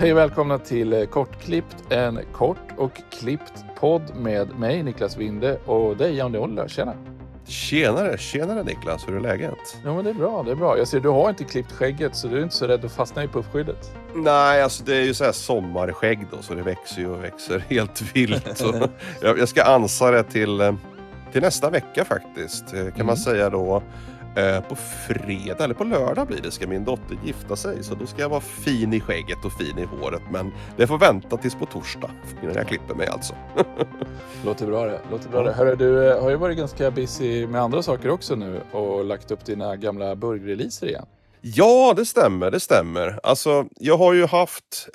Hej och välkomna till Kortklippt, en kort och klippt podd med mig Niklas Winde och dig Janne Oller. Tjena! Tjenare Niklas, hur är läget? Jo men det är bra. Jag ser du har inte klippt skägget så du är inte så rädd att fastna i puffskyddet. Nej, alltså det är ju så här sommarskägg då, så det växer ju och växer helt vilt. Så jag ska ansa det till nästa vecka faktiskt, kan man säga då. På fredag eller på lördag blir det, ska min dotter gifta sig. Så då ska jag vara fin i skägget och fin i håret. Men det får vänta tills på torsdag innan jag klipper mig alltså. Låter bra det. Hörru, du har ju varit ganska busy med andra saker också nu och lagt upp dina gamla burgreleaser igen. Ja, det stämmer. Alltså, jag har ju haft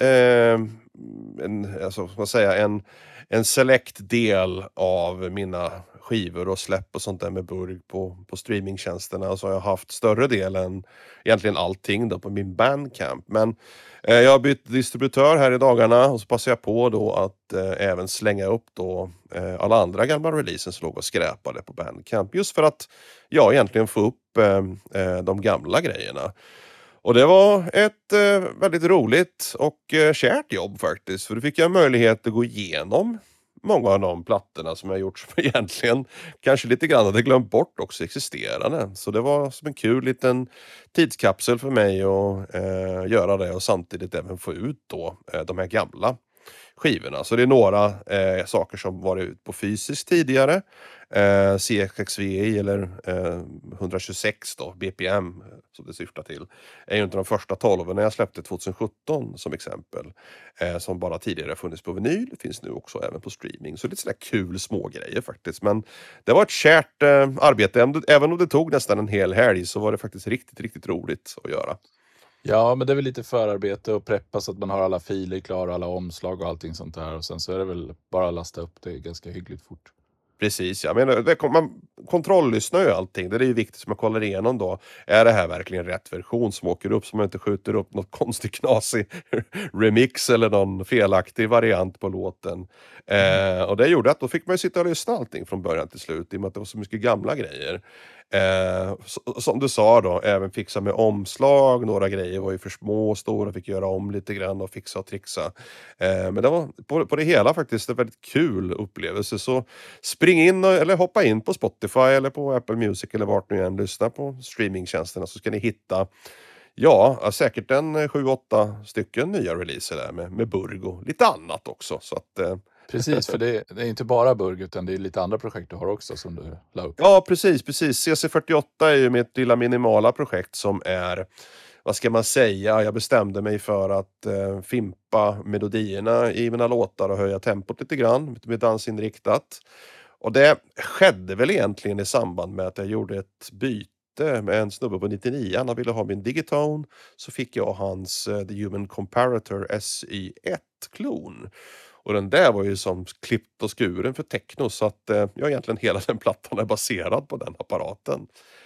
en select del av mina skivor och släpp och sånt där med burg på streamingtjänsterna. Så har jag haft större delen, egentligen allting då, på min Bandcamp. Men jag har bytt distributör här i dagarna och så passar jag på då att även slänga upp då alla andra gamla releaser som låg och skräpade på Bandcamp. Just för att jag egentligen få upp de gamla grejerna. Och det var ett väldigt roligt och kärt jobb faktiskt. För då fick jag möjlighet att gå igenom många av de plattorna som jag gjort som egentligen kanske lite grann hade glömt bort också existerande. Så det var som en kul liten tidskapsel för mig att göra det och samtidigt även få ut då de här gamla skivorna. Så det är några saker som varit ut på fysiskt tidigare. CXXVI eller 126 då, BPM som det syftar till, är ju inte de första 12 när jag släppte 2017 som exempel. Som bara tidigare funnits på vinyl, finns nu också även på streaming. Så det är sådär kul små grejer faktiskt. Men det var ett kärt arbete, även om det tog nästan en hel helg så var det faktiskt riktigt roligt att göra. Ja, men det är väl lite förarbete och preppa så att man har alla filer klara, alla omslag och allting sånt där. Och sen så är det väl bara att lasta upp det ganska hyggligt fort. Precis, jag menar, man kontrolllyssnar ju allting. Det är ju viktigt att man kollar igenom då. Är det här verkligen rätt version som åker upp, så man inte skjuter upp något konstigt knasig remix eller någon felaktig variant på låten. Och det gjorde att då fick man ju sitta och lyssna allting från början till slut, i och med att det var så mycket gamla grejer. Som du sa då, även fixa med omslag, några grejer var ju för små och stora, fick göra om lite grann och fixa och trixa. Men det var på det hela faktiskt en väldigt kul upplevelse, så spring in eller hoppa in på Spotify eller på Apple Music eller vart ni än lyssnar på streamingtjänsterna, så ska ni hitta säkert en 7-8 stycken nya releaser där med burg och lite annat också, så att Precis, för det är inte bara burg utan det är lite andra projekt du har också som du la upp. Ja, precis. CC48 är ju mitt lilla minimala projekt som är, vad ska man säga, jag bestämde mig för att fimpa melodierna i mina låtar och höja tempot lite grann med dansinriktat. Och det skedde väl egentligen i samband med att jag gjorde ett byte med en snubbe på 99. Han ville ha min Digitone, så fick jag hans The Human Comparator SY1-klon. Och den där var ju som klippt och skuren för techno, så att egentligen hela den plattan är baserad på den apparaten.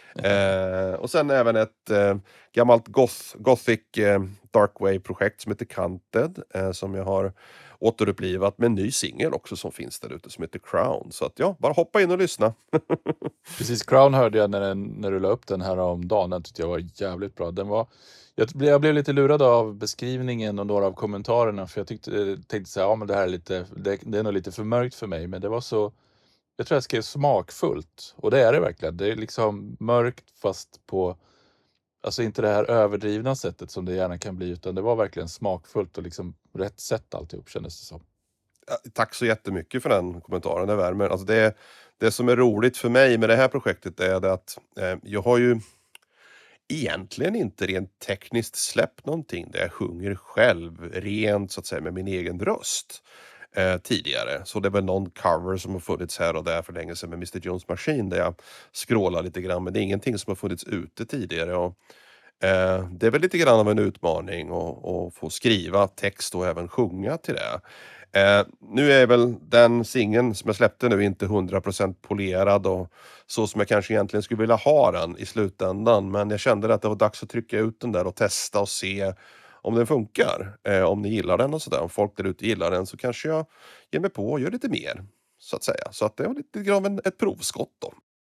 Och sen även ett gammalt gothic darkwave-projekt som heter Canted, som jag har återupplivat med en ny singel också som finns där ute som heter Crown. Så att bara hoppa in och lyssna. Precis, Crown hörde jag när du la upp den här om dagen. Den tyckte jag var jävligt bra. Jag blev lite lurad av beskrivningen och några av kommentarerna, för jag tänkte så här, men det här är det är nog lite för mörkt för mig, men det var så, jag tror jag skrev smakfullt, och det är det verkligen. Det är liksom mörkt fast på, alltså inte det här överdrivna sättet som det gärna kan bli, utan det var verkligen smakfullt och liksom rätt sätt alltihop, kändes det som. Tack så jättemycket för den kommentaren, det värmer. Alltså det som är roligt för mig med det här projektet är det att jag har ju egentligen inte rent tekniskt släppt någonting där jag sjunger själv rent så att säga med min egen röst tidigare. Så det är väl någon cover som har funnits här och där för länge sedan med Mr. Jones Machine där jag skrålar lite grann, men det är ingenting som har funnits ute tidigare. Och det är väl lite grann av en utmaning att få skriva text och även sjunga till det. Nu är väl den singeln som jag släppte nu inte 100% polerad och så som jag kanske egentligen skulle vilja ha den i slutändan, men jag kände att det var dags att trycka ut den där och testa och se om den funkar, om ni gillar den och sådär. Om folk där ute gillar den så kanske jag ger mig på och gör lite mer, så att säga. Så att det var lite grann ett provskott då.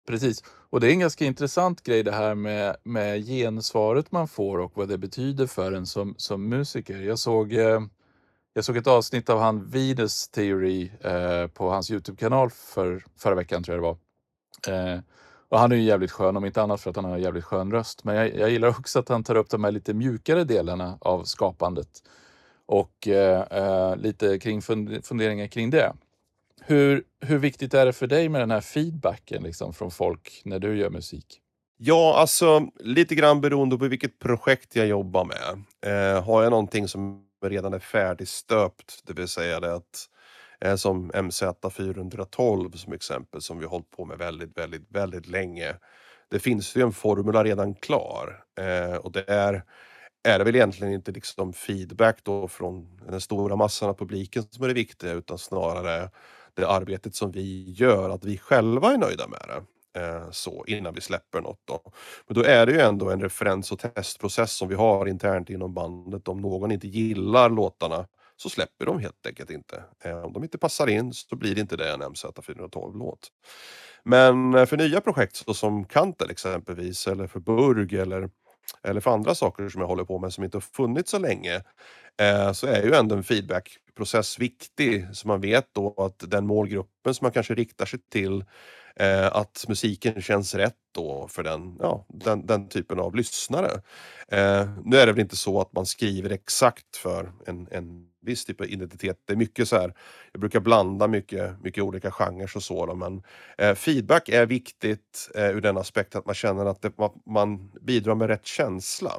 Precis. Och det är en ganska intressant grej det här med gensvaret man får och vad det betyder för en som musiker. Jag såg ett avsnitt av han Venus Theory på hans YouTube-kanal förra veckan tror jag det var. Och han är ju jävligt skön, om inte annat för att han har en jävligt skön röst. Men jag gillar också att han tar upp de här lite mjukare delarna av skapandet. Och lite kring funderingar kring det. Hur viktigt är det för dig med den här feedbacken liksom, från folk när du gör musik? Ja, alltså lite grann beroende på vilket projekt jag jobbar med. Har jag någonting som redan är färdigstöpt, det vill säga det att som MZ412 som exempel, som vi har hållit på med väldigt, väldigt, väldigt länge. Det finns ju en formula redan klar och det är det väl egentligen inte liksom feedback då från den stora massan av publiken som är det viktiga, utan snarare det arbetet som vi gör, att vi själva är nöjda med det. Så innan vi släpper något då. Men då är det ju ändå en referens och testprocess som vi har internt inom bandet. Om någon inte gillar låtarna så släpper de helt enkelt inte. Om de inte passar in så blir det inte det en MZ412-låt. Men för nya projekt så som Kantel exempelvis, eller för Burg eller för andra saker som jag håller på med som inte har funnits så länge, så är ju ändå en feedbackprocess viktig, så man vet då att den målgruppen som man kanske riktar sig till, att musiken känns rätt då för den typen av lyssnare. Nu är det väl inte så att man skriver exakt för en viss typ av identitet. Det är mycket så här, jag brukar blanda mycket olika genrer och så då, men feedback är viktigt ur den aspekten att man känner att man bidrar med rätt känsla.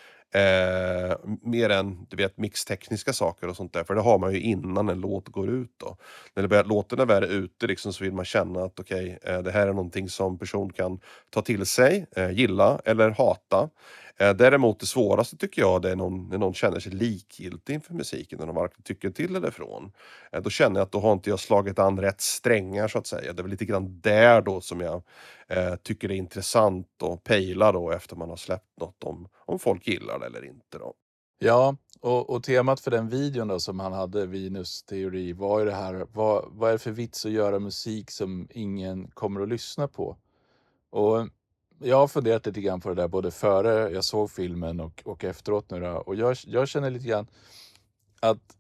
Mer än du vet mixtekniska saker och sånt där, för det har man ju innan en låt går ut då. När låten är väl ute liksom, så vill man känna att okej, det här är någonting som person kan ta till sig, gilla eller hata. Däremot det svåraste tycker jag det är när någon känner sig likgiltig inför musiken, när de varken tycker till eller från. Då känner jag att då har inte jag slagit an rätt strängar så att säga. Det är väl lite grann där då som jag tycker det är intressant att pejla då efter man har släppt något, om folk gillar det eller inte då. Ja, och temat för den videon då som han hade, Venus teori, var ju det här, vad är det för vits att göra musik som ingen kommer att lyssna på? Och jag har funderat lite grann på det där både före jag såg filmen och efteråt nu då. Och jag känner lite grann att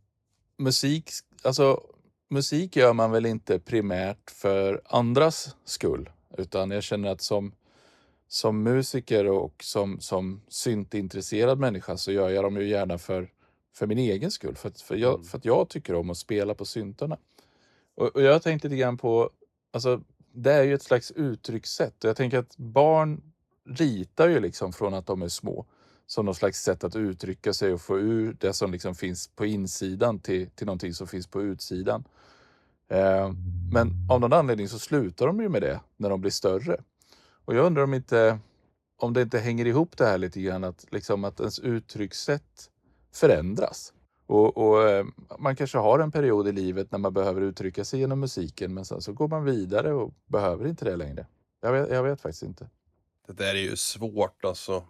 musik gör man väl inte primärt för andras skull. Utan jag känner att som musiker och som syntintresserad människa så gör jag dem ju gärna för min egen skull. För att jag tycker om att spela på syntarna. Och jag tänkte lite grann på, alltså det är ju ett slags uttryckssätt. Och jag tänker att barn ritar ju liksom från att de är små. Som någon slags sätt att uttrycka sig och få ur det som liksom finns på insidan till någonting som finns på utsidan. Men av någon anledning så slutar de ju med det när de blir större. Och jag undrar om det inte hänger ihop det här lite grann, att ens uttryckssätt förändras. Och man kanske har en period i livet när man behöver uttrycka sig genom musiken, men sen så går man vidare och behöver inte det längre. Jag vet faktiskt inte. Det där är ju svårt alltså.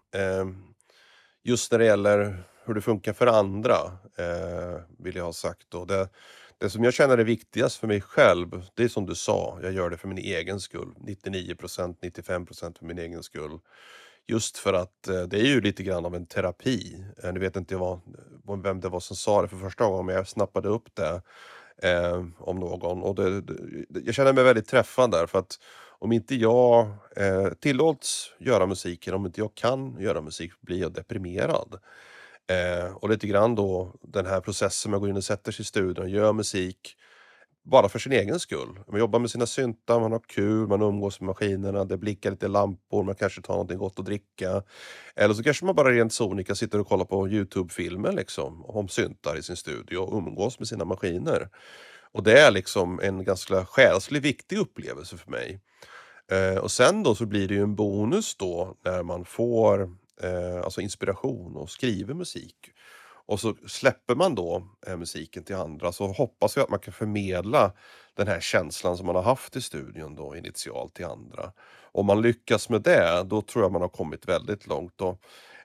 Just när det gäller hur det funkar för andra, vill jag ha sagt då. Det som jag känner är viktigast för mig själv, det är som du sa, jag gör det för min egen skull. 99%, 95% för min egen skull. Just för att det är ju lite grann av en terapi. Nu vet inte jag vem det var som sa det för första gången, men jag snappade upp det om någon. Och jag känner mig väldigt träffad där, för att om inte jag tillåts göra musiken, om inte jag kan göra musik, blir jag deprimerad. Och lite grann då den här processen, man går in och sätter sig i studion och gör musik bara för sin egen skull. Man jobbar med sina syntar, man har kul, man umgås med maskinerna, det blickar lite lampor, man kanske tar någonting gott att dricka. Eller så kanske man bara rent sonika sitter och kollar på YouTube-filmer liksom, om syntar i sin studio och umgås med sina maskiner. Och det är liksom en ganska själslig viktig upplevelse för mig. Och sen då så blir det ju en bonus då när man får alltså inspiration och skriver musik. Och så släpper man då musiken till andra, så hoppas jag att man kan förmedla den här känslan som man har haft i studion då initialt till andra. Om man lyckas med det, då tror jag man har kommit väldigt långt. Och,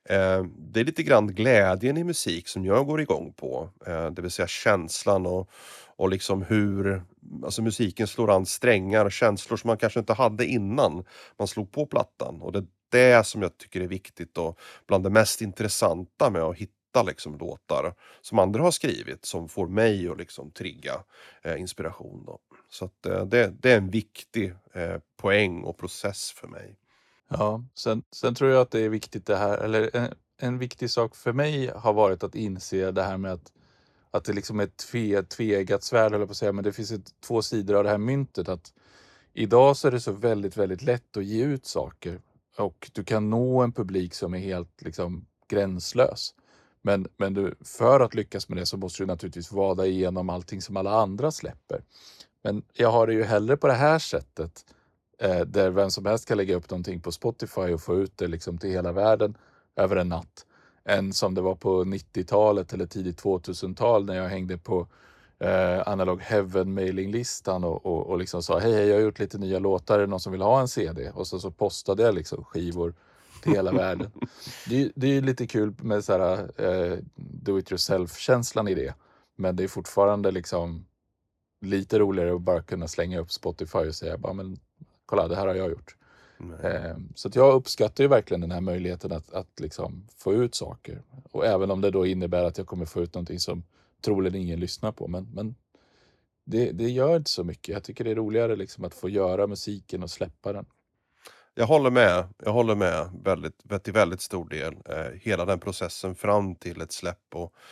Det är lite grann glädjen i musik som jag går igång på. Det vill säga känslan och liksom hur alltså musiken slår an strängar, känslor som man kanske inte hade innan man slog på plattan. Och det är det som jag tycker är viktigt och bland det mest intressanta med att hitta liksom låtar som andra har skrivit som får mig att liksom trigga inspiration då. Så att, det är en viktig poäng och process för mig. Ja, sen tror jag att det är viktigt det här, eller en viktig sak för mig har varit att inse det här med att det liksom är ett tveeggat svärd, höll jag på att säga, men det finns två sidor av det här myntet. Att idag så är det så väldigt, väldigt lätt att ge ut saker och du kan nå en publik som är helt liksom gränslös. Men för att lyckas med det så måste du naturligtvis vada igenom allting som alla andra släpper. Men jag har det ju hellre på det här sättet, där vem som helst kan lägga upp någonting på Spotify och få ut det liksom till hela världen över en natt. Än som det var på 90-talet eller tidigt 2000-tal när jag hängde på Analog Heaven mailinglistan och liksom sa hej, jag har gjort lite nya låtar, är det någon som vill ha en CD? Och så postade jag liksom skivor till hela världen. Det är ju lite kul med så här do it yourself-känslan i det. Men det är fortfarande liksom lite roligare att bara kunna slänga upp Spotify och säga bara, men kolla, det här har jag gjort. Så att jag uppskattar ju verkligen den här möjligheten att liksom få ut saker. Och även om det då innebär att jag kommer få ut någonting som troligen ingen lyssnar på. Men det gör inte så mycket. Jag tycker det är roligare liksom att få göra musiken och släppa den. Jag håller med till väldigt stor del. Hela den processen fram till ett släpp.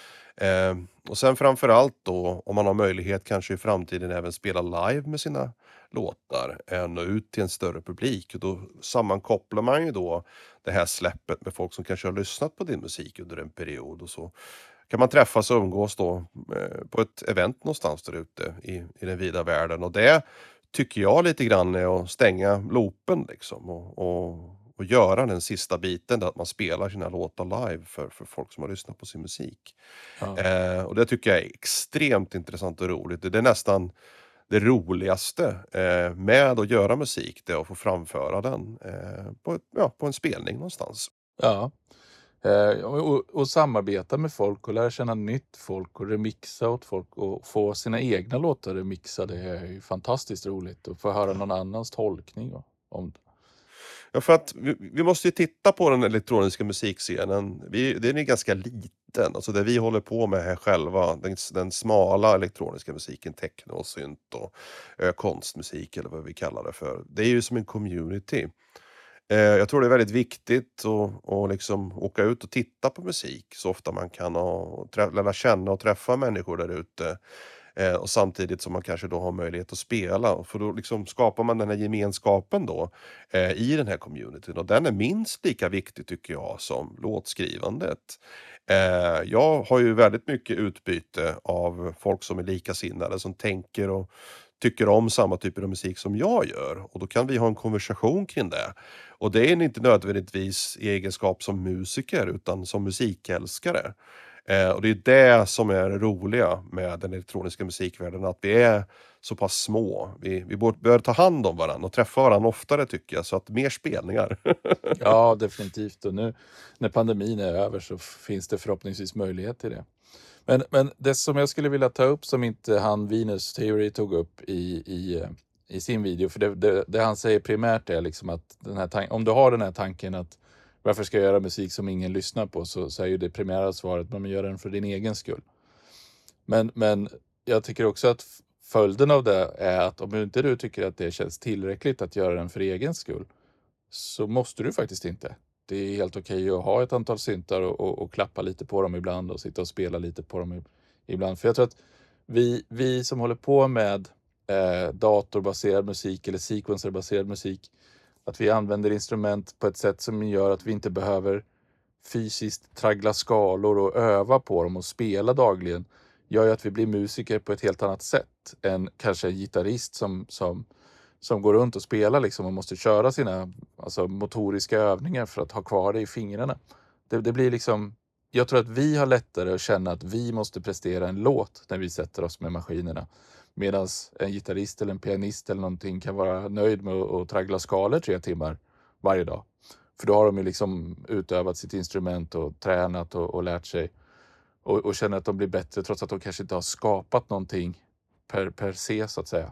Och sen framförallt då, om man har möjlighet kanske i framtiden även spela live med sina låtar. Nå ut till en större publik. Och då sammankopplar man ju då det här släppet med folk som kanske har lyssnat på din musik under en period. Och så kan man träffas och umgås då på ett event någonstans där ute i den vida världen. Och det tycker jag lite grann är att stänga loopen liksom och göra den sista biten där att man spelar sina låtar live för folk som har lyssnat på sin musik. Ja. Och det tycker jag är extremt intressant och roligt. Det är nästan det roligaste med att göra musik, det är att få framföra den på en spelning någonstans. Ja. Och samarbeta med folk och lära känna nytt folk och remixa åt folk och få sina egna låtar remixade är ju fantastiskt roligt och få höra någon annans tolkning om det. Ja, för att vi måste ju titta på den elektroniska musikscenen. Den är ganska liten. Alltså det vi håller på med här själva, den smala elektroniska musiken, techno och synt och konstmusik eller vad vi kallar det för. Det är ju som en community. Jag tror det är väldigt viktigt att liksom åka ut och titta på musik så ofta man kan och lära känna och träffa människor där ute. Och samtidigt som man kanske då har möjlighet att spela. För då liksom skapar man den här gemenskapen då i den här communityn. Och den är minst lika viktig tycker jag som låtskrivandet. Jag har ju väldigt mycket utbyte av folk som är likasinnade, som tänker och tycker om samma typer av musik som jag gör. Och då kan vi ha en konversation kring det. Och det är inte nödvändigtvis i egenskap som musiker utan som musikälskare. Och det är det som är det roliga med den elektroniska musikvärlden, att vi är så pass små. Vi bör ta hand om varandra och träffa varandra oftare tycker jag, så att mer spelningar. Ja, definitivt. Och nu när pandemin är över så finns det förhoppningsvis möjlighet till det. Men det som jag skulle vilja ta upp som inte han Venus Theory tog upp i sin video, för det han säger primärt är liksom att om du har den här tanken att varför ska jag göra musik som ingen lyssnar på, så är ju det primära svaret att man gör den för din egen skull. Men jag tycker också att följden av det är att om inte du tycker att det känns tillräckligt att göra den för egen skull, så måste du faktiskt inte. Det är helt okej att ha ett antal syntar och klappa lite på dem ibland och sitta och spela lite på dem ibland. För jag tror att vi som håller på med datorbaserad musik eller sequencerbaserad musik, att vi använder instrument på ett sätt som gör att vi inte behöver fysiskt traggla skalor och öva på dem och spela dagligen, gör ju att vi blir musiker på ett helt annat sätt än kanske en gitarrist som går runt och spelar liksom och måste köra sina motoriska övningar för att ha kvar det i fingrarna. Det blir liksom, jag tror att vi har lättare att känna att vi måste prestera en låt när vi sätter oss med maskinerna. Medan en gitarrist eller en pianist eller någonting kan vara nöjd med att traggla skalor 3 timmar varje dag. För då har de ju liksom utövat sitt instrument och tränat och lärt sig. Och känner att de blir bättre trots att de kanske inte har skapat någonting per se så att säga.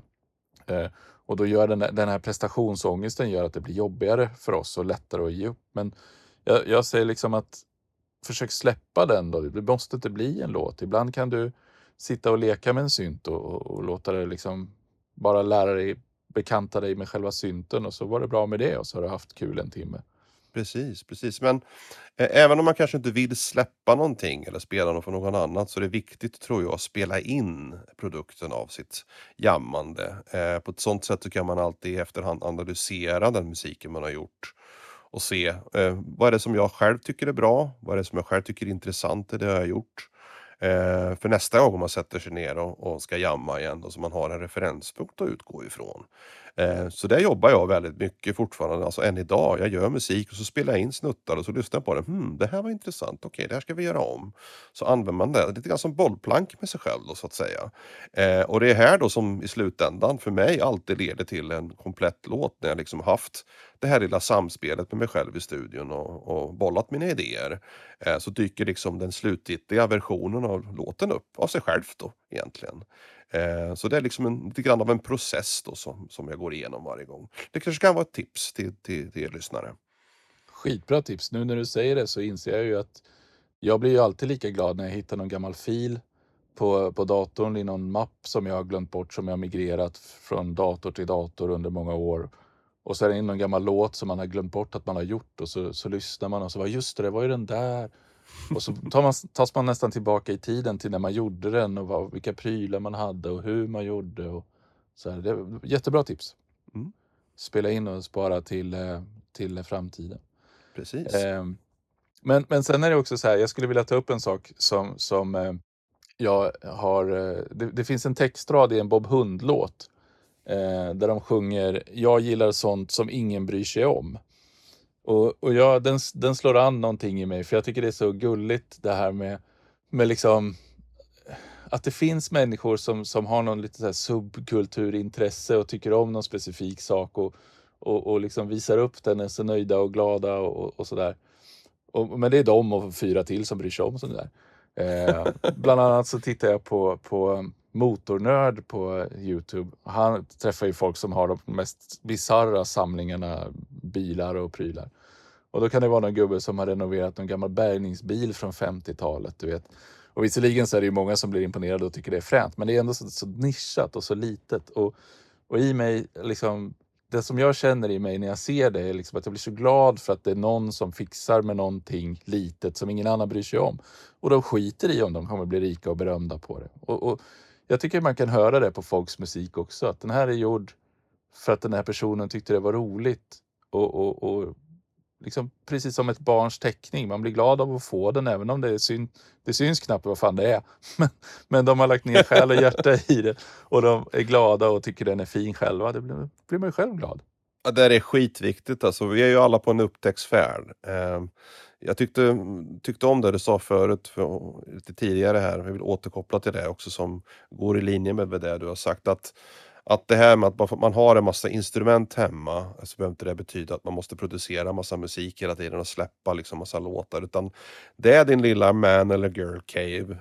Och då gör den här prestationsångesten gör att det blir jobbigare för oss och lättare att ge upp. Men jag säger liksom att försök släppa den då. Det måste inte bli en låt. Ibland kan du sitta och leka med en synt och låta det liksom bara lära dig, bekanta dig med själva synten och så var det bra med det och så har du haft kul en timme. Precis. Men även om man kanske inte vill släppa någonting eller spela något för någon annan så är det viktigt tror jag att spela in produkten av sitt jammande. På ett sånt sätt så kan man alltid i efterhand analysera den musiken man har gjort och se vad är det som jag själv tycker är bra, vad är det som jag själv tycker är intressant i det jag har gjort. För nästa gång man sätter sig ner och ska jamma igen då, så man har en referenspunkt att utgå ifrån. Så där jobbar jag väldigt mycket fortfarande, alltså än idag. Jag gör musik och så spelar jag in snuttar och så lyssnar jag på det. Det här var intressant, okej, det här ska vi göra om. Så använder man det lite grann som bollplank med sig själv då, så att säga. Och det är här då som i slutändan för mig alltid leder till en komplett låt när jag liksom haft det här lilla samspelet med mig själv i studion och bollat mina idéer. Så dyker liksom den slutgiltiga versionen av låten upp av sig själv då egentligen. Så det är liksom lite grann av en process då som jag går igenom varje gång. Det kanske kan vara ett tips till er lyssnare. Skitbra tips. Nu när du säger det så inser jag ju att jag blir ju alltid lika glad när jag hittar någon gammal fil på datorn i någon mapp som jag har glömt bort, som jag har migrerat från dator till dator under många år. Och så är det någon gammal låt som man har glömt bort att man har gjort och så lyssnar man och så var just det var ju den där. Och så tas man nästan tillbaka i tiden till när man gjorde den och vilka prylar man hade och hur man gjorde. Och så här. Det är jättebra tips. Mm. Spela in och spara till framtiden. Precis. Men sen är det också så här, jag skulle vilja ta upp en sak som jag har... Det finns en textrad i en Bob Hund-låt där de sjunger "Jag gillar sånt som ingen bryr sig om". Och den slår an någonting i mig, för jag tycker det är så gulligt det här med liksom att det finns människor som har någon lite så här subkulturintresse och tycker om någon specifik sak och liksom visar upp den, är så nöjda och glada och sådär. Men det är de och 4 till som bryr sig om sånt där. Bland annat så tittar jag på Motornörd på YouTube. Han träffar ju folk som har de mest bizarra samlingarna bilar och prylar. Och då kan det vara någon gubbe som har renoverat någon gammal bärgningsbil från 50-talet, du vet. Och visserligen så är det ju många som blir imponerade och tycker det är fränt, men det är ändå så nischat och så litet. Och i mig, liksom, det som jag känner i mig när jag ser det är liksom att jag blir så glad för att det är någon som fixar med någonting litet som ingen annan bryr sig om. Och de skiter i om de kommer bli rika och berömda på det. Och jag tycker man kan höra det på folks musik också, att den här är gjord för att den här personen tyckte det var roligt. Och liksom precis som ett barns teckning. Man blir glad av att få den även om det syns knappt vad fan det är. Men de har lagt ner själ och hjärta i det. Och de är glada och tycker den är fin själva. Det blir man ju själv glad. Ja, det är skitviktigt alltså. Vi är ju alla på en upptäcktsfärd. Jag tyckte om det du sa förut, lite tidigare här. Jag vill återkoppla till det också som går i linje med det du har sagt. Att det här med att bara för att man har en massa instrument hemma så behöver inte det betyda att man måste producera massa musik hela tiden och släppa liksom massa låtar. Utan det är din lilla man eller girl cave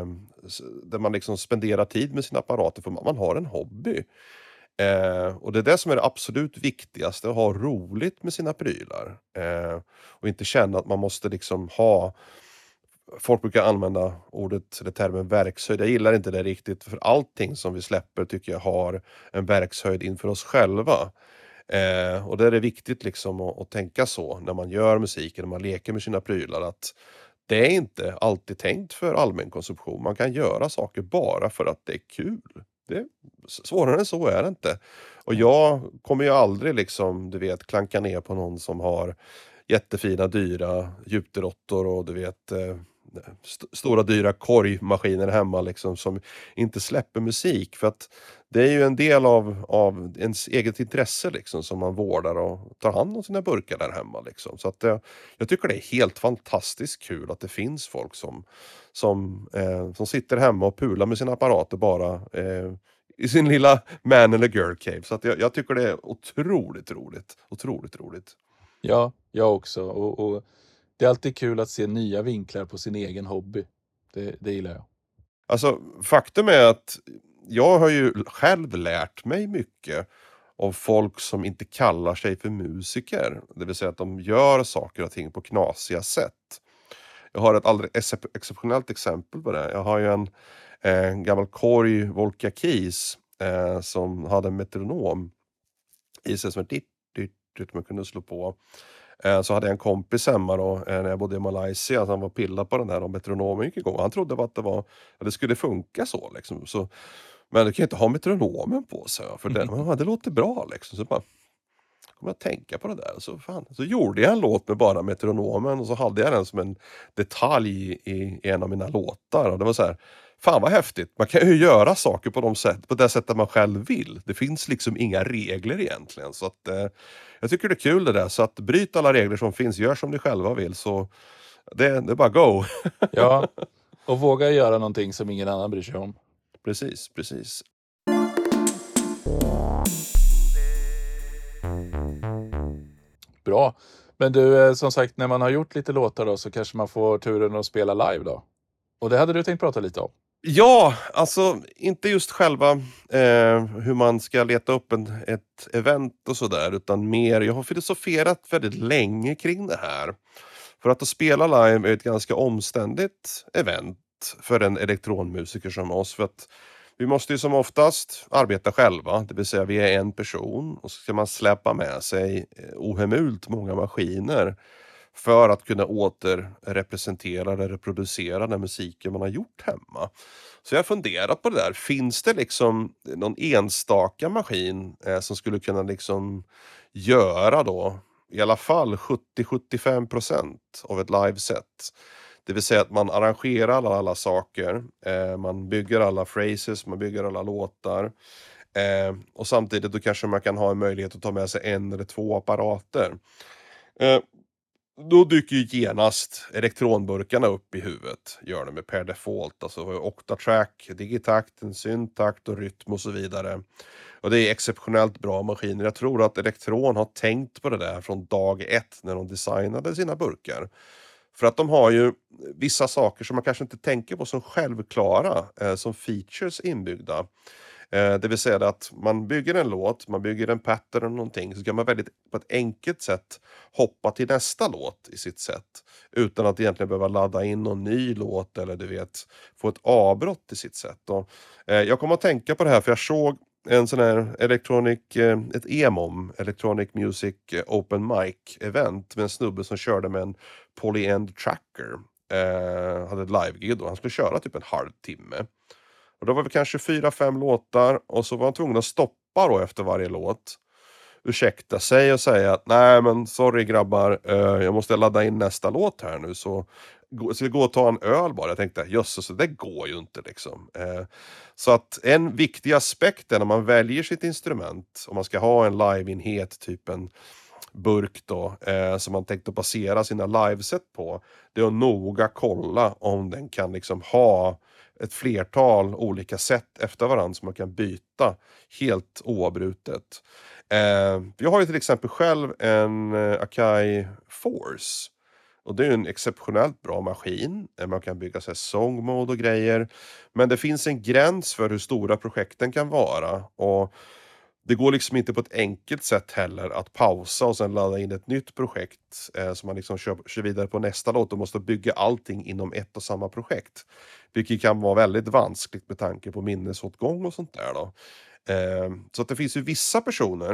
där man liksom spenderar tid med sina apparater för man har en hobby. Och det är det som är det absolut viktigaste, att ha roligt med sina prylar. Och inte känna att man måste liksom ha... Folk brukar använda ordet eller termen verkshöjd. Jag gillar inte det riktigt, för allting som vi släpper tycker jag har en verkshöjd inför oss själva. Och det är det viktigt liksom att tänka så när man gör musik, när man leker med sina prylar, att det är inte alltid tänkt för allmän konsumtion. Man kan göra saker bara för att det är kul. Svårare än så är det inte. Och jag kommer ju aldrig liksom, du vet, klanka ner på någon som har jättefina, dyra djupderottor och du vet stora dyra korgmaskiner hemma liksom, som inte släpper musik, för att det är ju en del av ens eget intresse liksom, som man vårdar och tar hand om sina burkar där hemma liksom. Så att jag tycker det är helt fantastiskt kul att det finns folk som sitter hemma och pular med sina apparater bara i sin lilla man eller girl cave. Så att jag tycker det är otroligt roligt. Ja, jag också. Och det är alltid kul att se nya vinklar på sin egen hobby. Det gillar jag. Alltså, faktum är att jag har ju själv lärt mig mycket av folk som inte kallar sig för musiker. Det vill säga att de gör saker och ting på knasiga sätt. Jag har ett alldeles exceptionellt exempel på det. Jag har ju en gammal Korg Volca Keys som hade en metronom i sig som man kunde slå på. Så hade jag en kompis hemma då, när jag bodde i Malaysia, så han var pilla på den här och metronomen gick igång. Han trodde att det skulle funka så liksom. Så, men du kan ju inte ha metronomen på sig, för det låter bra liksom. Så bara kom jag att tänka på det där. Så gjorde jag en låt med bara metronomen och så hade jag den som en detalj i en av mina låtar. Och det var så här, fan vad häftigt. Man kan ju göra saker på det sättet man själv vill. Det finns liksom inga regler egentligen. Så att jag tycker det är kul det där. Så att bryt alla regler som finns, gör som ni själva vill. Så det är bara go. Ja, och våga göra någonting som ingen annan bryr sig om. Precis. Bra. Men du, som sagt, när man har gjort lite låtar då så kanske man får turen att spela live då. Och det hade du tänkt prata lite om. Ja, alltså inte just själva hur man ska leta upp ett event och sådär, utan mer, jag har filosoferat väldigt länge kring det här. För att spela live är ett ganska omständigt event för en elektronmusiker som oss. För att vi måste ju som oftast arbeta själva, det vill säga vi är en person och så ska man släppa med sig ohemult många maskiner för att kunna återrepresentera eller reproducera den musiken man har gjort hemma. Så jag har funderat på det där. Finns det liksom någon enstaka maskin som skulle kunna liksom göra då i alla fall 70-75% av ett liveset? Det vill säga att man arrangerar alla saker, man bygger alla phrases, man bygger alla låtar. Och samtidigt då kanske man kan ha en möjlighet att ta med sig en eller två apparater. Då dyker ju genast elektronburkarna upp i huvudet. Gör det med per default. Alltså Octatrack, Digitakt, en syntakt och rytm och så vidare. Och det är exceptionellt bra maskiner. Jag tror att Elektron har tänkt på det där från dag ett när de designade sina burkar. För att de har ju vissa saker som man kanske inte tänker på som självklara, som features inbyggda. Det vill säga att man bygger en låt, man bygger en pattern eller någonting, så kan man på ett enkelt sätt hoppa till nästa låt i sitt sätt. Utan att egentligen behöva ladda in någon ny låt eller du vet, få ett avbrott i sitt sätt. Och, jag kommer att tänka på det här för jag såg en sån här ett EMOM, Electronic Music Open Mic event med en snubbe som körde med en polyend tracker. Hade ett live-gig då, han skulle köra typ en halvtimme. Och då var det kanske 4-5 låtar och så var han tvungen att stoppa då efter varje låt. Ursäkta sig och säga att nej men sorry grabbar, jag måste ladda in nästa låt här nu så vi gå och ta en öl bara. Jag tänkte jösses, så det går ju inte liksom. Så att en viktig aspekt är när man väljer sitt instrument, om man ska ha en liveenhet, typ en burk då, som man tänkte basera sina liveset på, det är att noga kolla om den kan liksom ha ett flertal olika sätt efter varandra som man kan byta helt oavbrutet. Jag har ju till exempel själv en Akai Force. Och det är en exceptionellt bra maskin. Man kan bygga sig song mode och grejer. Men det finns en gräns för hur stora projekten kan vara. Och det går liksom inte på ett enkelt sätt heller att pausa och sen ladda in ett nytt projekt som man liksom kör vidare på nästa låt och måste bygga allting inom ett och samma projekt. Vilket kan vara väldigt vanskligt med tanke på minnesåtgång och sånt där då. Så att det finns ju vissa personer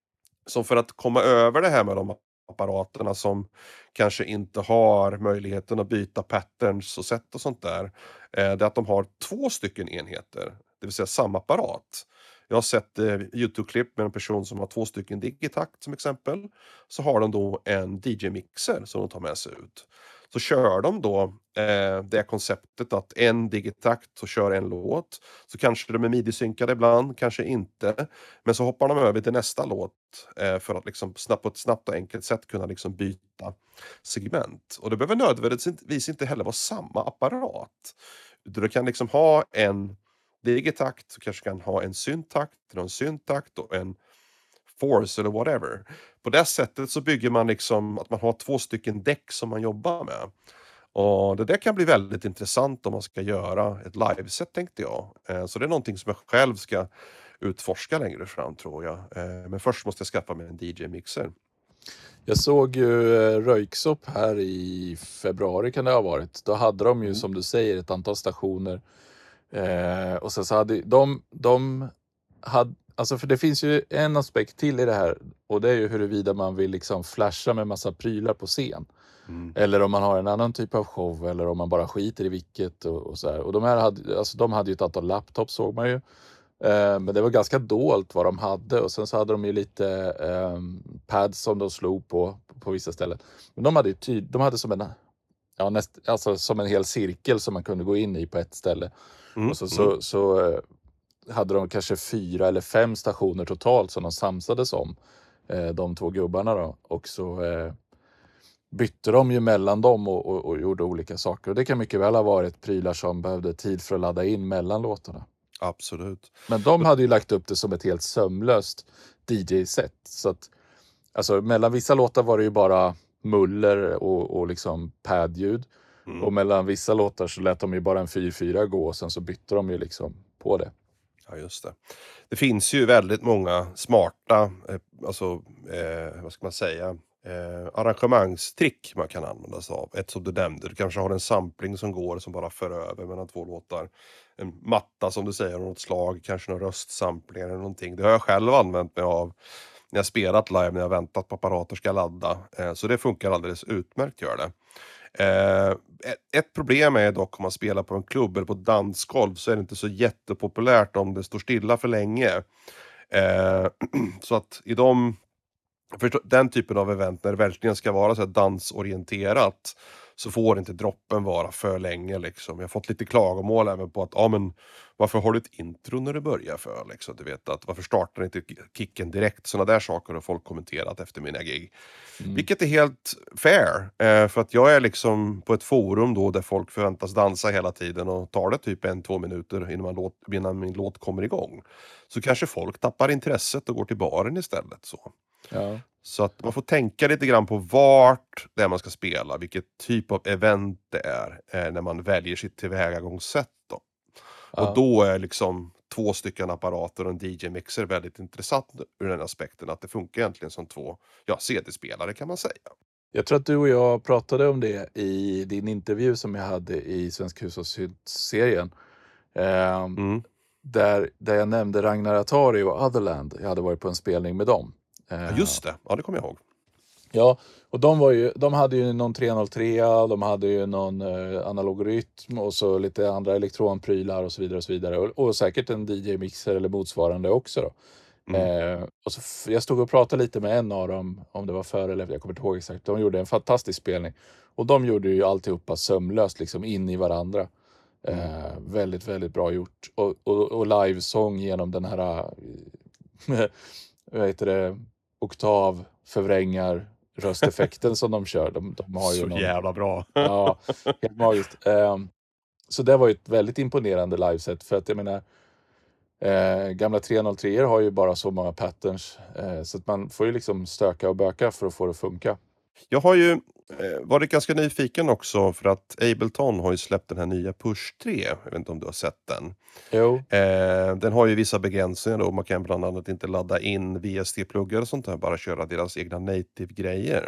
som för att komma över det här med de apparaterna som kanske inte har möjligheten att byta patterns och sätt och sånt där. Det är att de har 2 stycken enheter, det vill säga samma apparat. Jag har sett YouTube-klipp med en person som har 2 stycken Digitakt som exempel. Så har de då en DJ-mixer som de tar med sig ut. Så kör de då det konceptet att en Digitakt så kör en låt. Så kanske de är midi-synkade ibland, kanske inte. Men så hoppar de över till nästa låt för att liksom på ett snabbt och enkelt sätt kunna liksom byta segment. Och det behöver nödvändigtvis inte heller vara samma apparat. Utan du kan liksom ha en Digitakt, så kanske kan ha en syntakt, eller en syntakt och en Force eller whatever. På det sättet så bygger man liksom att man har 2 stycken däck som man jobbar med. Och det där kan bli väldigt intressant om man ska göra ett liveset, tänkte jag. Så det är någonting som jag själv ska utforska längre fram, tror jag. Men först måste jag skaffa mig en DJ-mixer. Jag såg ju Röyksopp här i februari kan det ha varit. Då hade de ju som du säger ett antal stationer. Och sen så hade de hade, alltså för det finns ju en aspekt till i det här. Och det är ju huruvida man vill liksom flasha med massa prylar på scen. Eller om man har en annan typ av show. Eller om man bara skiter i vilket och så här. Och de här hade, alltså de hade ju ett antal laptops såg man ju. Men det var ganska dolt vad de hade. Och sen så hade de ju lite pads som de slog på vissa ställen. Men de hade ju de hade som en, ja, alltså som en hel cirkel som man kunde gå in i på ett ställe. Och så hade de kanske 4 eller 5 stationer totalt som de samsades om. De 2 gubbarna då. Och så bytte de ju mellan dem och gjorde olika saker. Och det kan mycket väl ha varit prylar som behövde tid för att ladda in mellan låtarna. Absolut. Men de hade ju lagt upp det som ett helt sömlöst DJ-set. Så att, alltså mellan vissa låtar var det ju bara muller och liksom padljud. Och mellan vissa låtar så lät de ju bara en 4/4 gå och sen så bytte de ju liksom på det. Ja, just det. Det finns ju väldigt många smarta, vad ska man säga, arrangemangstrick man kan använda sig av. Ett som du nämnde, du kanske har en sampling som går som bara för över mellan 2 låtar. En matta som du säger, något slag, kanske någon röstsampling eller någonting. Det har jag själv använt mig av när jag spelat live, när jag väntat på apparater ska ladda. Så det funkar alldeles utmärkt, gör det. Ett problem är dock om man spelar på en klubb eller på ett dansgolv, så är det inte så jättepopulärt om det står stilla för länge. Så att i den typen av event när det verkligen ska vara så här dansorienterat, så får inte droppen vara för länge liksom. Jag har fått lite klagomål även på att men varför har du ett intro när du börjar för liksom? Du vet, att varför startar inte kicken direkt? Sådana där saker har folk kommenterat efter mina gig. Vilket är helt fair. För att jag är liksom på ett forum då där folk förväntas dansa hela tiden, och tar det typ 1-2 minuter innan min låt kommer igång, så kanske folk tappar intresset och går till baren istället. Ja. Så att man får tänka lite grann på vart det är man ska spela, vilket typ av event det är när man väljer sitt tillvägagångssätt då. Ja. Och då är liksom 2 stycken apparater och en DJ-mixer väldigt intressant ur den aspekten att det funkar egentligen som 2 CD-spelare, kan man säga. Jag tror att du och jag pratade om det i din intervju som jag hade i Svensk hushållsserien. Där jag nämnde Ragnar Atari och Otherland. Jag hade varit på en spelning med dem. Ja, just det, ja, det kommer jag ihåg. Ja, och de hade ju någon 303, de hade ju någon analog rytm och så lite andra elektronprylar och så vidare och så vidare. Och säkert en DJ-mixer eller motsvarande också då. Och så jag stod och pratade lite med en av dem, om det var före eller jag kommer inte ihåg exakt. De gjorde en fantastisk spelning. Och de gjorde ju alltihopa sömlöst liksom in i varandra. Väldigt, väldigt bra gjort. Och livesång genom den här vad heter det, oktav, förvrängar, rösteffekten som de kör. De har ju så jävla bra. Ja, helt magiskt. Så det var ju ett väldigt imponerande liveset, för att jag menar gamla 303 har ju bara så många patterns, så att man får ju liksom stöka och böka för att få det att funka. Jag har ju varit ganska nyfiken också, för att Ableton har ju släppt den här nya Push 3. Jag vet inte om du har sett den. Jo. Den har ju vissa begränsningar då. Man kan bland annat inte ladda in VST-pluggar och sånt där, bara köra deras egna native-grejer.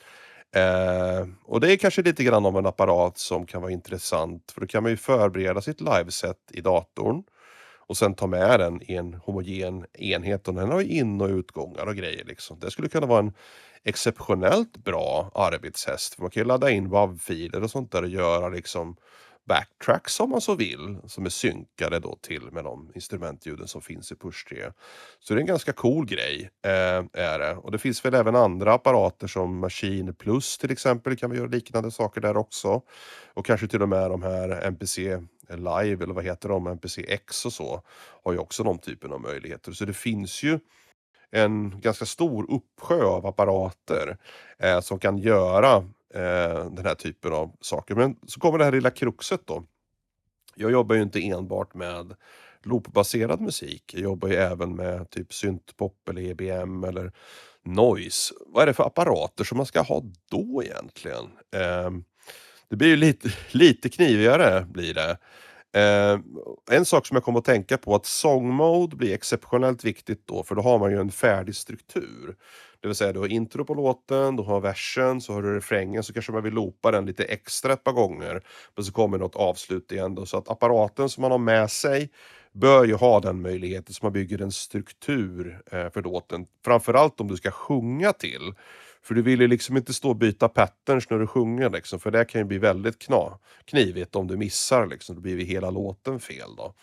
Och det är kanske lite grann av en apparat som kan vara intressant, för då kan man ju förbereda sitt liveset i datorn och sen ta med den i en homogen enhet, och den har ju in- och utgångar och grejer liksom. Det skulle kunna vara en exceptionellt bra arbetshäst, för man kan ju ladda in WAV-filer och sånt där och göra liksom backtracks om man så vill, som är synkade då till med de instrumentljuden som finns i Push 3. Så det är en ganska cool grej, är det. Och det finns väl även andra apparater som Machine Plus till exempel, kan vi göra liknande saker där också. Och kanske till och med de här MPC Live, eller vad heter de, MPC X och så, har ju också de typen av möjligheter. Så det finns ju en ganska stor uppsjö av apparater som kan göra den här typen av saker. Men så kommer det här lilla kruxet då. Jag jobbar ju inte enbart med loopbaserad musik. Jag jobbar ju även med typ syntpop eller EBM eller noise. Vad är det för apparater som man ska ha då egentligen? Det blir ju lite knivigare blir det. En sak som jag kommer att tänka på att song mode blir exceptionellt viktigt då, för då har man ju en färdig struktur. Det vill säga du har intro på låten, du har versen, så har du refrängen, så kanske man vill loopa den lite extra ett par gånger. Men så kommer något avslut igen då, så att apparaten som man har med sig bör ju ha den möjligheten, så man bygger en struktur för låten. Framförallt om du ska sjunga till. För du vill ju liksom inte stå och byta patterns när du sjunger liksom, för det kan ju bli väldigt knivigt om du missar liksom, då blir ju hela låten fel då.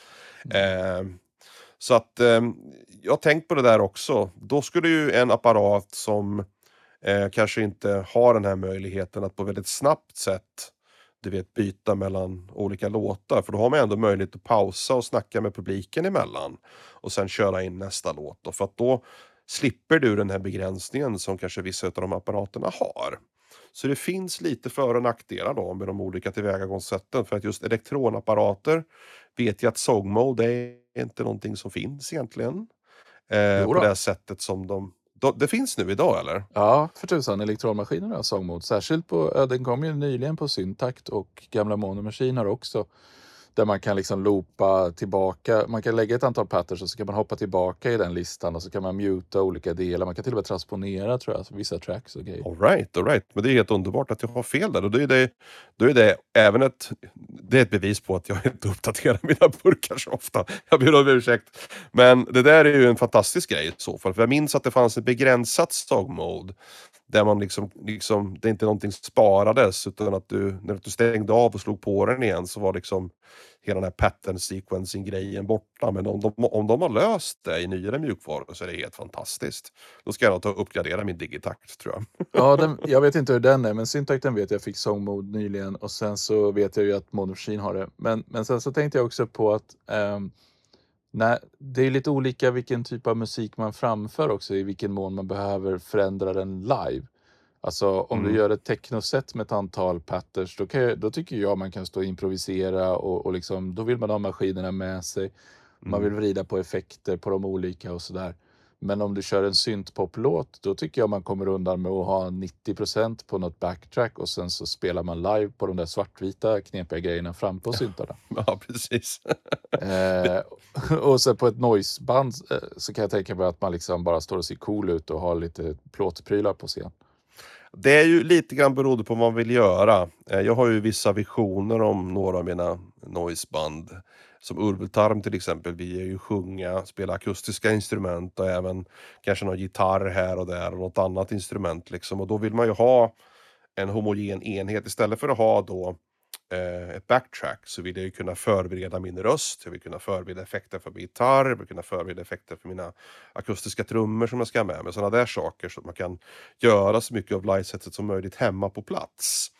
Så att jag har tänkt på det där också. Då skulle ju en apparat som kanske inte har den här möjligheten att på väldigt snabbt sätt byta mellan olika låtar, för då har man ändå möjlighet att pausa och snacka med publiken emellan och sen köra in nästa låt då, för att då slipper du den här begränsningen som kanske vissa av de apparaterna har. Så det finns lite för- och nackdelar då med de olika tillvägagångssätten, för att just elektronapparater vet jag att song mode är inte någonting som finns egentligen på det här sättet som det finns nu idag, eller? Ja, för tusan. Elektronmaskiner har song mode. Särskilt den kom ju nyligen på Syntakt, och gamla Mono Machine har också. Där man kan liksom loopa tillbaka. Man kan lägga ett antal patterns och så kan man hoppa tillbaka i den listan. Och så kan man muta olika delar. Man kan till och med transponera, tror jag, vissa tracks och grejer. All right. Men det är helt underbart att jag har fel där. Och då är det även det är ett bevis på att jag inte uppdaterar mina burkar så ofta. Jag ber om ursäkt. Men det där är ju en fantastisk grej i så fall. För jag minns att det fanns en begränsat song mode. Där man liksom det är inte någonting sparades, utan att när du stängde av och slog på den igen så var liksom hela den här pattern sequencing grejen borta. Men om de har löst det i nyare mjukvaror så är det helt fantastiskt. Då ska jag nog ta och uppgradera min Digitakt, tror jag. Ja, jag vet inte hur den är, men Syntacten vet jag fick song mode nyligen, och sen så vet jag ju att Mono Machine har det. Men sen så tänkte jag också på att det är lite olika vilken typ av musik man framför också, i vilken mån man behöver förändra den live. Alltså om du gör ett technoset med ett antal patterns, då tycker jag man kan stå och improvisera och liksom, då vill man ha maskinerna med sig. Man vill vrida på effekter på de olika och sådär. Men om du kör en syntpoplåt, då tycker jag man kommer undan med att ha 90% på något backtrack, och sen så spelar man live på de där svartvita knepiga grejerna fram på syntarna. Ja, precis. Och så på ett noiseband så kan jag tänka mig att man liksom bara står och ser cool ut och har lite plåtprylar på scen. Det är ju lite grann beroende på vad man vill göra. Jag har ju vissa visioner om några av mina noiseband. Som Urveltarm till exempel, vi är ju sjunga, spela akustiska instrument och även kanske någon gitarr här och där och något annat instrument liksom. Och då vill man ju ha en homogen enhet. Istället för att ha då ett backtrack så vill jag ju kunna förbereda min röst. Jag vill kunna förbereda effekter för min gitarr. Jag vill kunna förbereda effekter för mina akustiska trummor som jag ska ha med mig. Sådana där saker, så att man kan göra så mycket av livesetet som möjligt hemma på plats.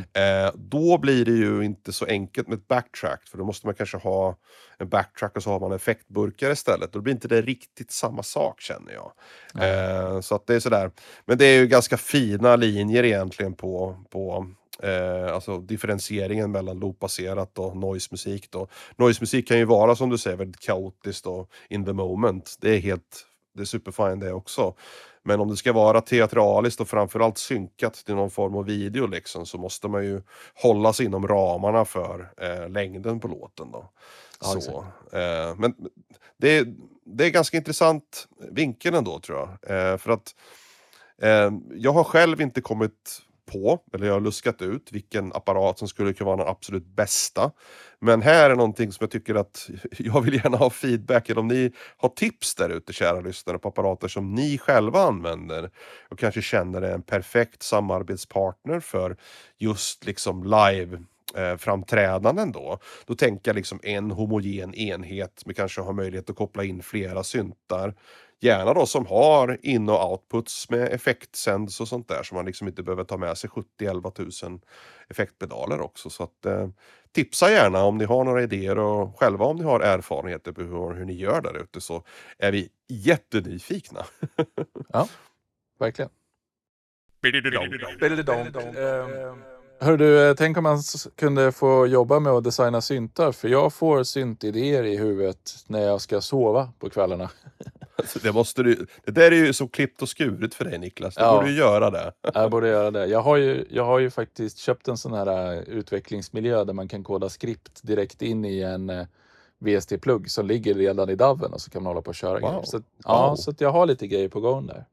Då blir det ju inte så enkelt med ett backtrack, för då måste man kanske ha en backtrack och så har man effektburkar istället. Då blir inte det riktigt samma sak, känner jag. Så att det är sådär. Men det är ju ganska fina linjer egentligen på alltså differentieringen mellan loopbaserat och noisemusik då. Noisemusik kan ju vara, som du säger, väldigt kaotiskt och in the moment. Det är superfine det också. Men om det ska vara teatraliskt och framförallt synkat till någon form av video liksom, så måste man ju hålla sig inom ramarna för längden på låten då. Ja, så, men det är ganska intressant vinkeln ändå, tror jag. För att jag har själv inte kommit på, eller jag har luskat ut vilken apparat som skulle kunna vara den absolut bästa. Men här är någonting som jag tycker att jag vill gärna ha feedback, eller om ni har tips där ute, kära lyssnare, på apparater som ni själva använder och kanske känner är en perfekt samarbetspartner för just liksom live framträdanden då tänker jag liksom en homogen enhet med kanske har möjlighet att koppla in flera syntar. Gärna då som har in- och outputs med effektsänds och sånt där, så man liksom inte behöver ta med sig 70-11 000 effektpedaler också. Så att tipsa gärna om ni har några idéer, och själva om ni har erfarenheter på hur ni gör där ute, så är vi jättenyfikna. Ja, verkligen. Hör du, tänk om man kunde få jobba med att designa syntar, för jag får syntidéer i huvudet när jag ska sova på kvällarna. Alltså, det där är ju så klippt och skuret för dig, Niklas. Du borde Ja, ju göra det. jag borde göra det. Jag har ju faktiskt köpt en sån här utvecklingsmiljö där man kan koda skript direkt in i en VST-plugg som ligger redan i DAWen, och så kan man hålla på och köra grejer. Wow. Så, ja, Wow. så att jag har lite grejer på gång där.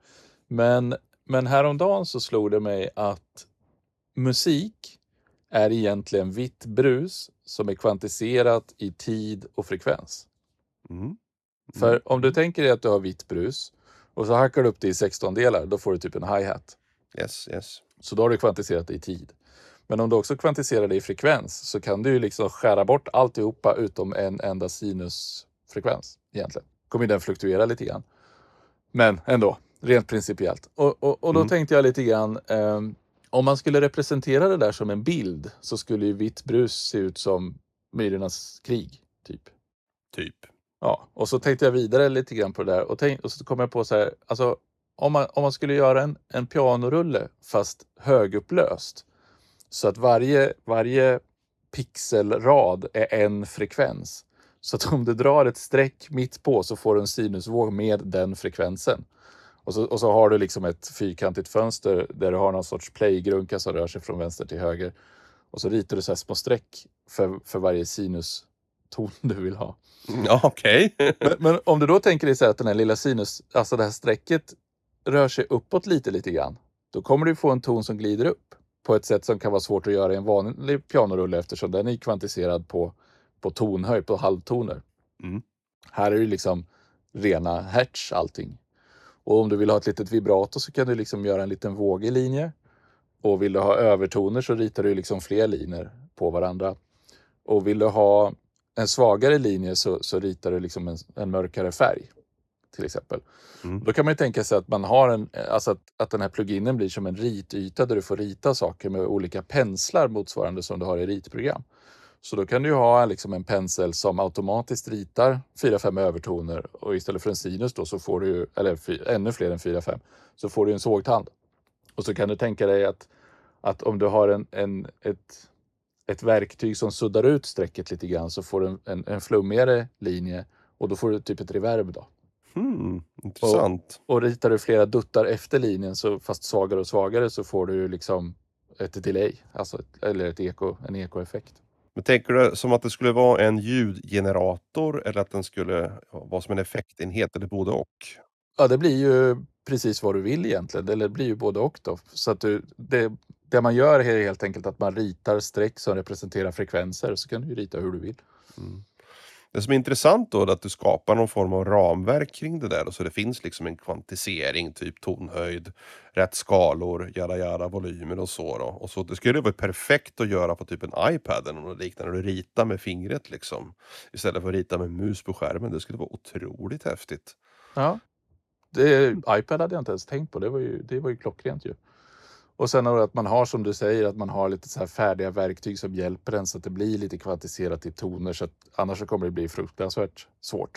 Men häromdagen så slog det mig att musik är egentligen vitt brus som är kvantiserat i tid och frekvens. Mm. För om du tänker dig att du har vitt brus och så hackar du upp det i 16-delar, då får du typ en hi-hat. Yes, yes. Så då har du kvantiserat det i tid. Men om du också kvantiserar det i frekvens så kan du ju liksom skära bort alltihopa utom en enda sinusfrekvens egentligen. Kommer den fluktuera lite grann. Men ändå, rent principiellt. Och då tänkte jag lite grann, om man skulle representera det där som en bild så skulle ju vitt brus se ut som Myrornas krig, typ. Typ. Ja, och så tänkte jag vidare lite grann på det där och så kom jag på så här, alltså om man skulle göra en pianorulle fast högupplöst så att varje pixelrad är en frekvens. Så att om du drar ett streck mitt på så får du en sinusvåg med den frekvensen. Och så har du liksom ett fyrkantigt fönster där du har någon sorts playgrunka som rör sig från vänster till höger. Och så ritar du så här små streck för varje sinuston du vill ha. Ja, okej. Men om du då tänker dig så här att den här lilla sinus, alltså det här strecket rör sig uppåt lite grann. Då kommer du få en ton som glider upp på ett sätt som kan vara svårt att göra i en vanlig pianorulle eftersom den är kvantiserad på tonhöjd, på halvtoner. Mm. Här är det liksom rena hertz allting. Och om du vill ha ett litet vibrato så kan du liksom göra en liten vågig linje. Och vill du ha övertoner så ritar du liksom fler linjer på varandra. Och vill du ha en svagare linje så ritar du liksom en mörkare färg till exempel. Då kan man ju tänka sig att man har att den här pluginen blir som en rityta där du får rita saker med olika penslar motsvarande som du har i ritprogram. Så då kan du ju ha liksom en pensel som automatiskt ritar 4-5 övertoner och istället för en sinus då så får du, eller ännu fler än 4-5, så får du en sågtand. Och så kan du tänka dig att om du har ett verktyg som suddar ut strecket lite grann så får du en flummigare linje och då får du typ ett reverb då. Intressant. Och ritar du flera duttar efter linjen så fast svagare och svagare så får du liksom ett delay, alltså eller en ekoeffekt. Men tänker du som att det skulle vara en ljudgenerator eller att den skulle vara som en effektenhet eller både och? Ja, det blir ju precis vad du vill egentligen. Eller det blir ju både och då. Så att det man gör är helt enkelt att man ritar streck som representerar frekvenser. Så kan du ju rita hur du vill. Det som är intressant då är att du skapar någon form av ramverk kring det där. Och så det finns liksom en kvantisering, typ tonhöjd, rätt skalor, jada, volymer och så då. Och så det skulle vara perfekt att göra på typ en iPad eller något liknande. Du ritar med fingret liksom. Istället för att rita med mus på skärmen. Det skulle vara otroligt häftigt. Ja, iPad hade jag inte ens tänkt på. Det var ju klockrent ju. Och sen att man har, som du säger, att man har lite så här färdiga verktyg som hjälper en så att det blir lite kvantiserat i toner. Så att annars så kommer det bli fruktansvärt svårt.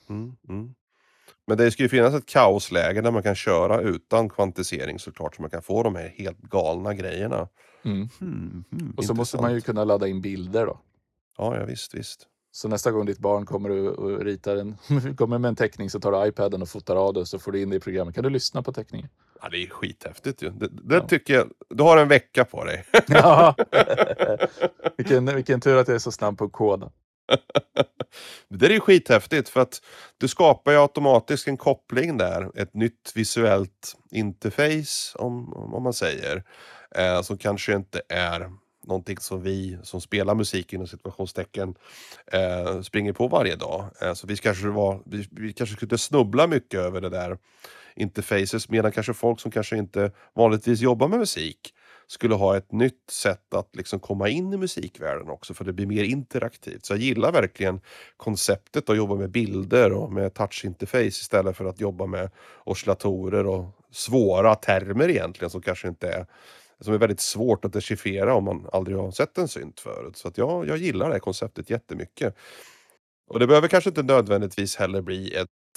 Men det ska ju finnas ett kaosläge där man kan köra utan kvantisering såklart. Så man kan få de här helt galna grejerna. Och så måste man ju kunna ladda in bilder då. Ja, visst. Så nästa gång ditt barn kommer och ritar kommer med en teckning så tar du iPaden och fotar av det så får du in det i programmet. Kan du lyssna på teckningen? Ja, det är skithäftigt ju. Det tycker jag. Du har en vecka på dig. Ja. Vilken tur att jag är så snabb på att koda. Det är ju skithäftigt för att du skapar ju automatiskt en koppling där. Ett nytt visuellt interface om man säger. Som kanske inte är någonting som vi som spelar musik inom situationstecken springer på varje dag. Så vi kanske skulle snubbla mycket över det där interfaces, medan kanske folk som kanske inte vanligtvis jobbar med musik skulle ha ett nytt sätt att liksom komma in i musikvärlden också, för det blir mer interaktivt. Så jag gillar verkligen konceptet att jobba med bilder och med touchinterface istället för att jobba med oscillatorer och svåra termer egentligen som kanske inte är, som är väldigt svårt att dechiffrera om man aldrig har sett en synt förut. Så att jag gillar det konceptet jättemycket. Och det behöver kanske inte nödvändigtvis heller bli ett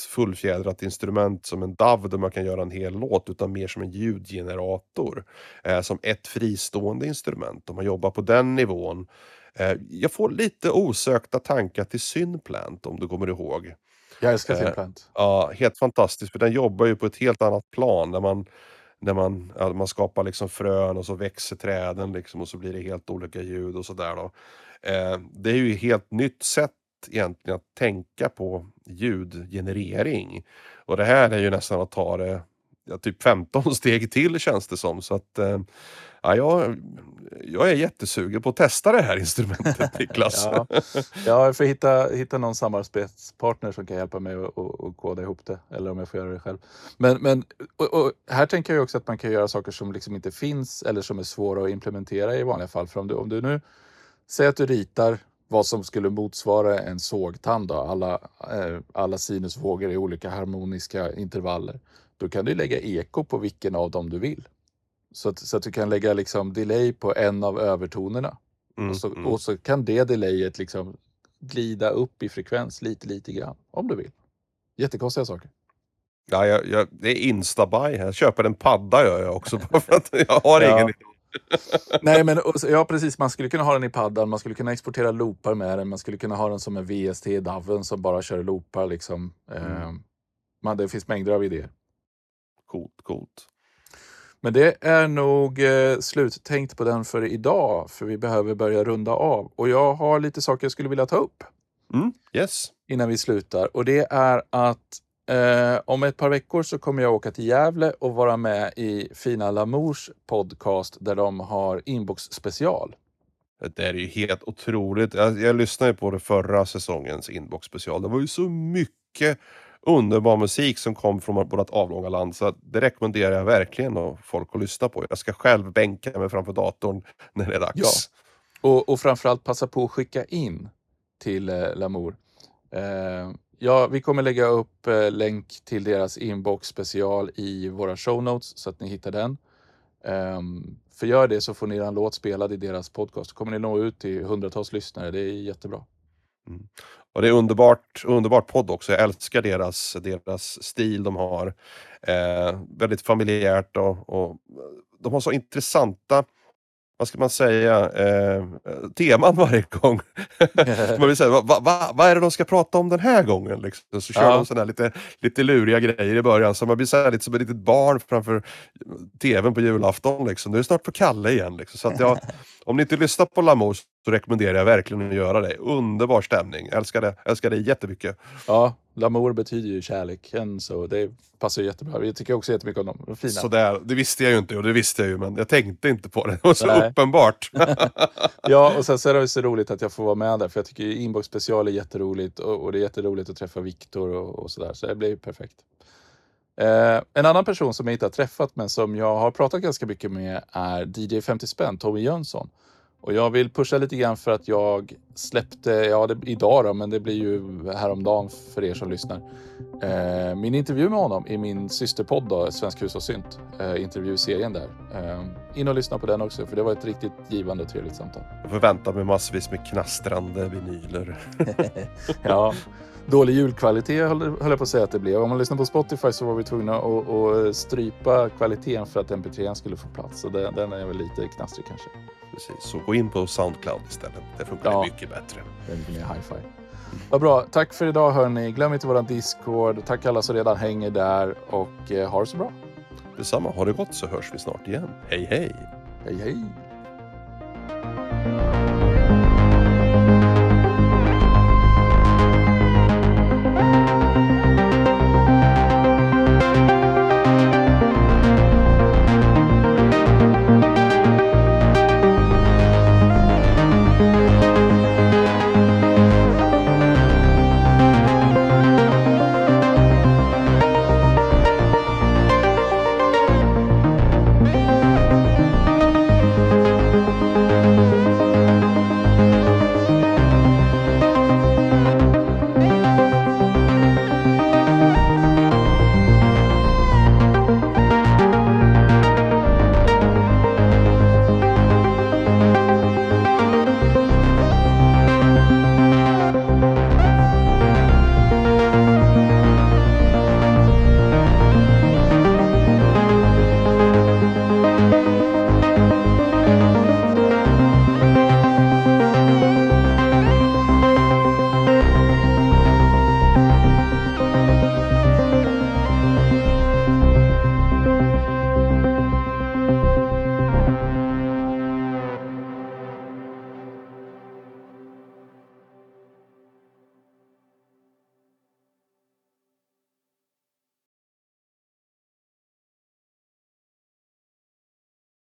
fullfjädrat instrument som en DAW där man kan göra en hel låt, utan mer som en ljudgenerator. Som ett fristående instrument. Om man jobbar på den nivån. Jag får lite osökta tankar till Synplant, om du kommer ihåg. Jag älskar Synplant. Ja, helt fantastiskt, för den jobbar ju på ett helt annat plan när man skapar liksom frön och så växer träden liksom, och så blir det helt olika ljud och sådär då. Det är ju ett helt nytt sätt egentligen att tänka på ljudgenerering. Och det här är ju nästan att ta det typ 15 steg till, känns det som. Så att ja, jag är jättesugen på att testa det här instrumentet, Niklas. Jag får hitta någon samarbetspartner som kan hjälpa mig att koda ihop det. Eller om jag får göra det själv. Men och här tänker jag också att man kan göra saker som liksom inte finns eller som är svåra att implementera i vanliga fall. För om du nu säger att du ritar vad som skulle motsvara en sågtand då, alla sinusvågor i olika harmoniska intervaller. Då kan du lägga eko på vilken av dem du vill. Så att du kan lägga liksom delay på en av övertonerna. Och så kan det delayet liksom glida upp i frekvens lite grann. Om du vill. Jättekonstiga saker. Ja, det är instabuy här. Jag köper en padda gör jag också. För att jag har ingen. Nej, men ja, precis. Man skulle kunna ha den i paddan. Man skulle kunna exportera loopar med den. Man skulle kunna ha den som en VST i DAW:en som bara kör loopar liksom. Det finns mängder av idéer. Coolt. Men det är nog sluttänkt på den för idag. För vi behöver börja runda av. Och jag har lite saker jag skulle vilja ta upp. Yes. Innan vi slutar. Och det är att om ett par veckor så kommer jag åka till Gävle och vara med i fina Lamours podcast. Där de har inbox special. Det är ju helt otroligt. Jag lyssnade på det förra säsongens inbox special. Det var ju så mycket underbar musik som kom från vårt avlånga land, så det rekommenderar jag verkligen folk att lyssna på. Jag ska själv bänka mig framför datorn när det är dags. Ja. Och framförallt passa på att skicka in till Lamour. Vi kommer lägga upp länk till deras inbox special i våra show notes så att ni hittar den. För gör det så får ni en låt spelad i deras podcast. Så kommer ni nå ut till hundratals lyssnare. Det är jättebra. Och det är underbart podd också. Jag älskar deras stil de har. Väldigt familjärt och de har så intressanta, vad ska man säga, teman varje gång. Man vill säga, vad är det de ska prata om den här gången? Liksom. Så kör de sådana lite luriga grejer i början. Så man blir så här, lite som ett litet barn framför tvn på julafton. Liksom. Nu är det snart på Kalle igen. Liksom. Så att om ni inte lyssnar på Lamour så rekommenderar jag verkligen att göra det. Underbar stämning. Älskar det jättemycket. Ja, Lamour betyder ju kärleken, så det passar jättebra. Jag tycker också jättemycket om dem. De är fina. Så det visste jag ju inte, och det visste jag ju, men jag tänkte inte på det. Det var så uppenbart. Ja, och sen så är det så roligt att jag får vara med där, för jag tycker inbox special är jätteroligt och det är jätteroligt att träffa Viktor och sådär, så det blir perfekt. En annan person som jag inte har träffat men som jag har pratat ganska mycket med är DJ 50 spänn, Tommy Jönsson. Och jag vill pusha lite grann för att jag släppte, idag då, men det blir ju häromdagen för er som lyssnar. Min intervju med honom i min systerpodd då, Svensk hus och synt. Intervjuserien där. In och lyssna på den också, för det var ett riktigt givande och trevligt samtal. Jag förväntar mig massvis med knastrande vinyler. Ja, dålig ljudkvalitet höll jag på att säga att det blev. Om man lyssnar på Spotify så var vi tvungna att strypa kvaliteten för att MP3 skulle få plats. Så den är väl lite knastrig kanske. Precis, så gå in på Soundcloud istället. Det funkar mycket bättre. Det är mycket mer hi-fi. Vad bra, tack för idag hörni. Glöm inte våran Discord. Tack alla som redan hänger där och ha det så bra. Detsamma, ha det gott så hörs vi snart igen. Hej hej! Hej hej!